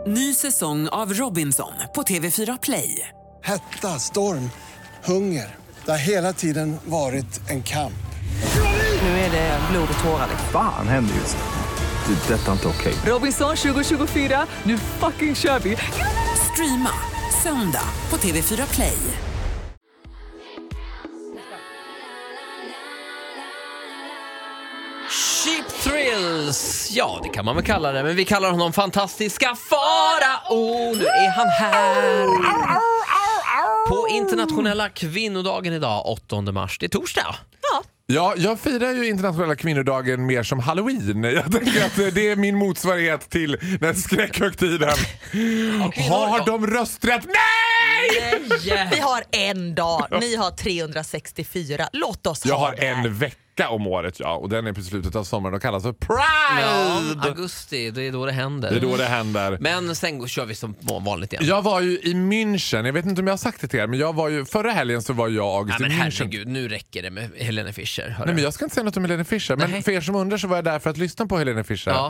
Ny säsong av Robinson på TV4 Play. Hetta, storm, hunger. Det har hela tiden varit en kamp. Nu är det blod och tårar. Fan händer just nu. Det. Detta är inte okej. Robinson 2024, nu fucking kör vi. Streama söndag på TV4 Play. Cheap Thrills, ja det kan man väl kalla det. Men vi kallar honom fantastiska Farao. Nu är han här på internationella kvinnodagen idag, 8 mars. Det är torsdag. Ja, jag firar ju internationella kvinnodagen mer som Halloween. Jag tänker att det är min motsvarighet till den skräckhögtiden. Har de rösträtt? Nej! Vi har en dag, ni har 364. Låt oss Jag ha har det här. en vecka om året, ja. Och den är på slutet av sommaren och kallas för Pride. Ja, augusti, det är då det händer. Det är då det händer. Men sen kör vi som vanligt igen. Jag var ju i München. Jag vet inte om jag har sagt det till er, men jag var ju förra helgen så var jag Nej, i men München. herregud, nu räcker det med Helene Fischer. Nej, men jag ska inte säga något om Helene Fischer. Men Nej. för er som undrar så var jag där för att lyssna på Helene Fischer. Ja.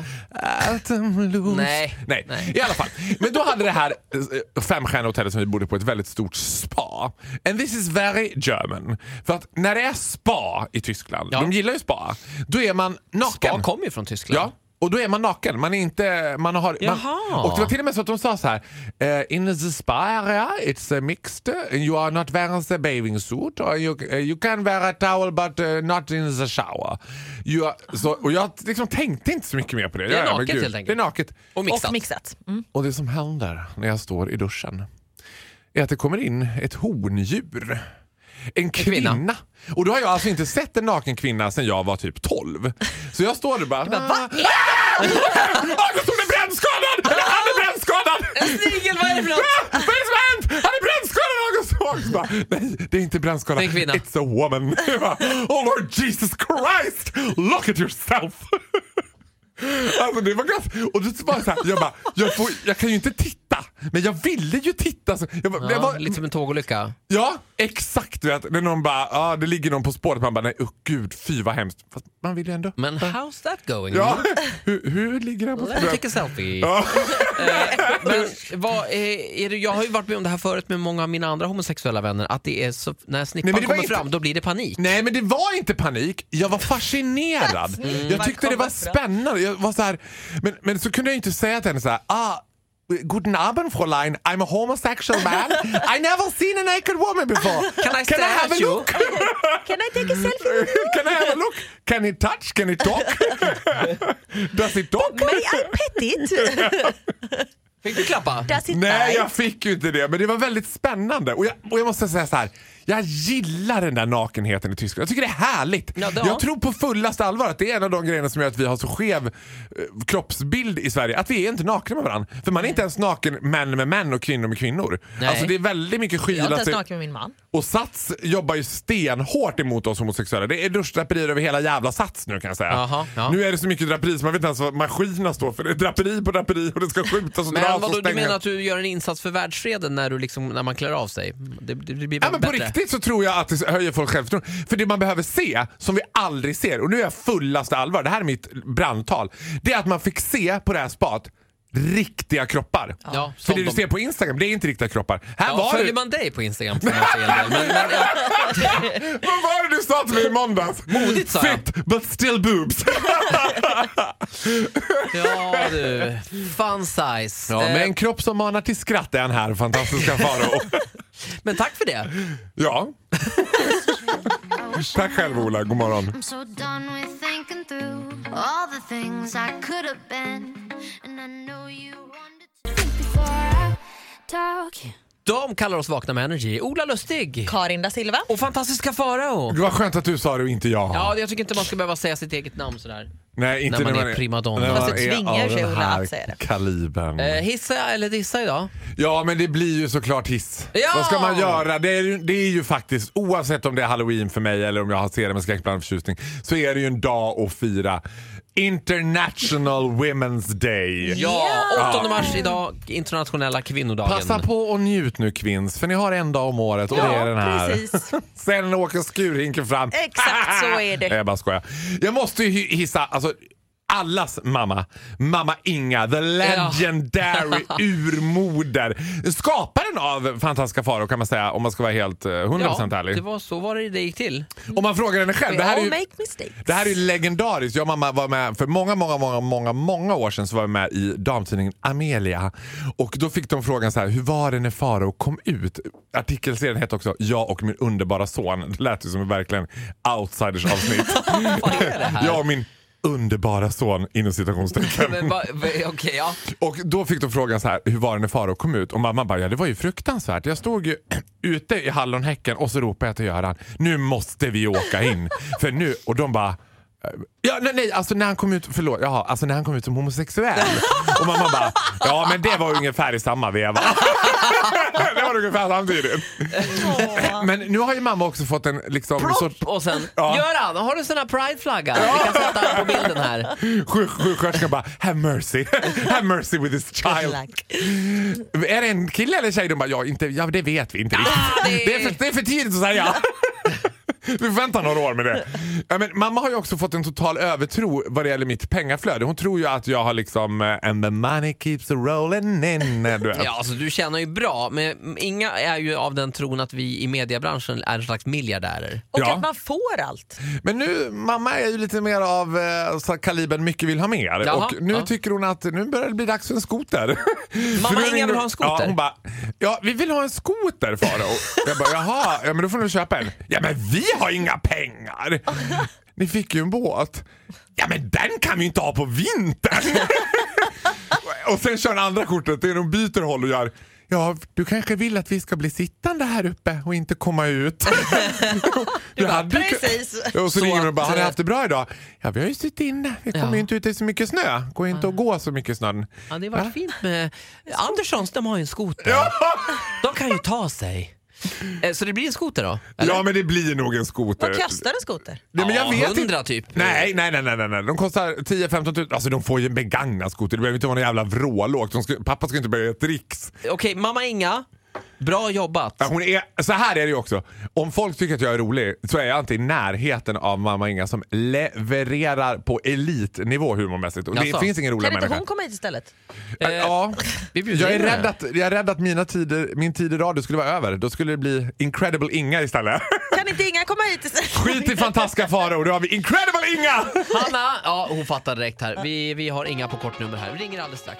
Nej. I alla fall. Men då hade det här 5-stjärniga hotellet som vi bodde på ett väldigt stort spa. And this is very German. För att när det är spa i Tyskland, de gillar ju spa, då är man naken. Spa kommer ju från Tyskland. Ja. Och då är man naken. Man är inte... Man har, och det var till och med så att de sa så här: in the spa area it's mixed. You are not wearing the bathing suit. Or you can wear a towel but not in the shower. Och jag liksom tänkte inte så mycket mer på det. Det är men naket gud, helt enkelt. Det är naket. Och mixat. Och mixat. Mm. Och det som händer när jag står i duschen är att det kommer in ett hondjur. En kvinna. Och då har jag alltså inte sett en naken kvinna sedan jag var typ 12. Så jag står där bara... Va? Jag stod är brännskadad! Han är brännskadad! Snigel, vad är det för något? Vad är det som har hänt? Han är brännskadad! August bara, nej, det är inte brännskadad. Det är en kvinna. It's a woman. Oh Lord Jesus Christ! Look at yourself! Alltså det var gott. Och det var så här, jag kan ju inte titta, men jag ville ju titta så jag var Lite som en tågolycka. ja, exakt, vet. När någon bara, det ligger någon på spåret, man bara, nej, gud, fy vad hemskt. Fast man vill ju ändå. Men how's that going? Ja, hur ligger det på Let's spåret? take a selfie. Ja. Men vad är det, jag har ju varit med om det här förut med många av mina andra homosexuella vänner, att det är så, när snippan Nej, men det var kommer inte- fram, då blir det panik. Nej, men det var inte panik. Jag var fascinerad. Jag tyckte det var spännande. Jag var så här, men så kunde jag inte säga till henne så här: guten Abend, Fräulein. I'm a homosexual man. I never seen a naked woman before. Can I have a look? Can I take a selfie? Can I have a look? Can it touch? Can it talk? Does it talk? May I pet it? Fick du klappa? Does it Nej, bite? jag fick ju inte det. Men det var väldigt spännande. Och jag måste säga så här: jag gillar den där nakenheten i Tyskland. Jag tycker det är härligt. Ja, Jag tror på fullaste allvar att det är en av de grejerna som gör att vi har så skev kroppsbild i Sverige. Att vi är inte nakna med varandra. För man är inte ens naken män med män och kvinnor med kvinnor. Nej. Alltså det är väldigt mycket Jag är inte skyla ens sig. naken med min man. Och Sats jobbar ju stenhårt emot oss homosexuella. Det är duschdraperier över hela jävla Sats nu, kan jag säga. Jaha, ja. Nu är det så mycket draperi så man vet inte ens vad maskinerna står för. Det är draperi på draperi och det ska skjutas och Men dras och vadå, du stängas. menar att du gör en insats för världsfreden när man klär av sig? Det blir Ja, men på bättre. riktigt så tror jag att det höjer folk självförtroende. För det man behöver se, som vi aldrig ser, och nu är jag fullaste allvar, det här är mitt brandtal, det är att man fick se på det här spat riktiga kroppar. Ja, för som det du de- ser på Instagram, det är inte riktiga kroppar. Här Ja, var följer det... man dig på Instagram får man se en del. Men Vad var det du sa till mig i måndags? Modigt, sa jag. Fit but still boobs. ja du, fun size. Ja, med en kropp som manar till skratt är han här, fantastiska Farao. Men tack för det. Ja. Tack själv, Ola, god morgon. I'm so done with thinking through all the things I could have been. And I know you wanted to think before I talk. De kallar oss Vakna med Energy. Ola Lustig Karin da Silva. och fantastiska Farao. Det var skönt att du sa det och inte jag. Ja, jag tycker inte man ska behöva säga sitt eget namn sådär. Nej, inte när man är primadonna. när man Fast det är tvingar av sig den Ola här att säga det. kalibern. Hissa eller dissa idag? Ja, men det blir ju såklart hiss. Ja! Vad ska man göra? Det är ju faktiskt, oavsett om det är Halloween för mig eller om jag ser det med skräckblandad förtjusning, så är det ju en dag att fira International Women's Day. Ja, 8 mars idag, internationella kvinnodagen. Passa på och njut nu, kvinns, för ni har en dag om året och det är den här. precis. Sen åker skurhinken fram. Exakt så är det. Jag bara skojar. Jag måste ju hissa, alltså allas mamma Inga, the legendary urmoder, skaparen av Fantastiska Farao kan man säga, om man ska vara helt 100% ärlig. Det var så var det gick till. Om man frågar henne själv, det här är ju legendariskt. Jag och mamma var med för många år sedan, så var vi med i damtidningen Amelia, och då fick de frågan så här: hur var det när Farao kom ut? Artikelserien hette också Jag och min underbara son. Det lät ju som en verkligen outsiders avsnitt. Vad är det här? Jag och min underbara son inom citationstecken. Okay, ja. Och då fick de frågan så här: hur var det när Farao kom ut? Och mamma bara, ja det var ju fruktansvärt. Jag stod ju ute i Hallonhäcken och så ropade jag till Göran: nu måste vi åka in. För nu, och de bara, ja, nej, alltså när han kom ut, alltså när han kom ut som homosexuell. Och mamma bara, ja men det var ungefär i samma veva. Det var ungefär samtidigt. Men nu har ju mamma också fått en liksom och sen, Göran, har du sån här pride-flagga? Vi kan sätta på bilden här. Sjuksköterskan bara, have mercy with this child. Är det en kille eller tjej? De bara, ja det vet vi inte riktigt. Det är för tidigt att säga. Vi får vänta några år med det. Ja, men mamma har ju också fått en total övertro vad det gäller mitt pengaflöde. Hon tror ju att jag har liksom and the money keeps rolling in. Ja, alltså du tjänar ju bra, men Inga är ju av den tron att vi i mediebranschen är en slags miljardärer. Och att man får allt. Men nu, mamma är ju lite mer av kalibern mycket vill ha mer. Jaha, och nu tycker hon att nu börjar det bli dags för en skoter. Mamma Inga vill ha en skoter? Ja, hon bara, vi vill ha en skoter, Farao. Jag bara, jaha, men då får du köpa en. Ja, men vi har inga pengar. Ni fick ju en båt. Ja, men den kan vi inte ha på vintern. Och sen kör den andra kortet. Det är de byter håll och gör. Ja, du kanske vill att vi ska bli sittande här uppe och inte komma ut. Precis. Och så ringer de och bara, har ni haft det bra idag? Ja, vi har ju suttit inne. Vi kommer ju inte ut i så mycket snö. Går inte att gå så mycket snön. Ja, det var fint med Anderssons, de har ju en skoter. Ja. De kan ju ta sig. Så det blir en skoter då? Eller? Ja, men det blir nog en skoter. Vad kostar en skoter? Ja, men jag vet 100 typ. Nej. De kostar 10-15 000. Alltså de får ju en begagnad skoter. Det behöver inte vara någon jävla vrålåk. Pappa ska inte börja ett tricks. Okej, mamma Inga, bra jobbat. Ja, så här är det ju också. Om folk tycker att jag är rolig så är jag inte i närheten av mamma Inga som levererar på elitnivå humormässigt. Och det finns ingen rolig människa. Kan inte hon komma hit istället? Ja, jag är rädd att min tid i radio skulle vara över. Då skulle det bli Incredible Inga istället. Kan inte Inga komma hit istället? Skit i Fantastiska Farao, då har vi Incredible Inga! Hanna, hon fattar direkt här. Vi har Inga på kortnummer här. Vi ringer alldeles strax.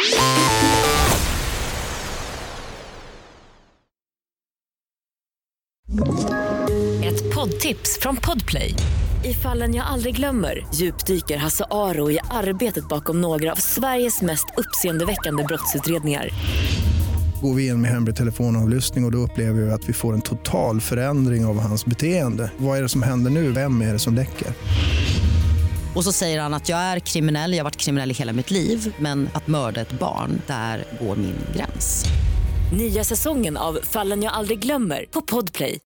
Ett poddtips från Podplay. I Fallen jag aldrig glömmer djupdyker Hasse Aro i arbetet bakom några av Sveriges mest uppseendeväckande brottsutredningar. Går vi in med hemlig telefonavlyssning och då upplever vi att vi får en total förändring av hans beteende. Vad är det som händer nu? Vem är det som läcker? Och så säger han att jag är kriminell, jag har varit kriminell i hela mitt liv. Men att mörda ett barn, där går min gräns. Nya säsongen av Fallen jag aldrig glömmer på Podplay.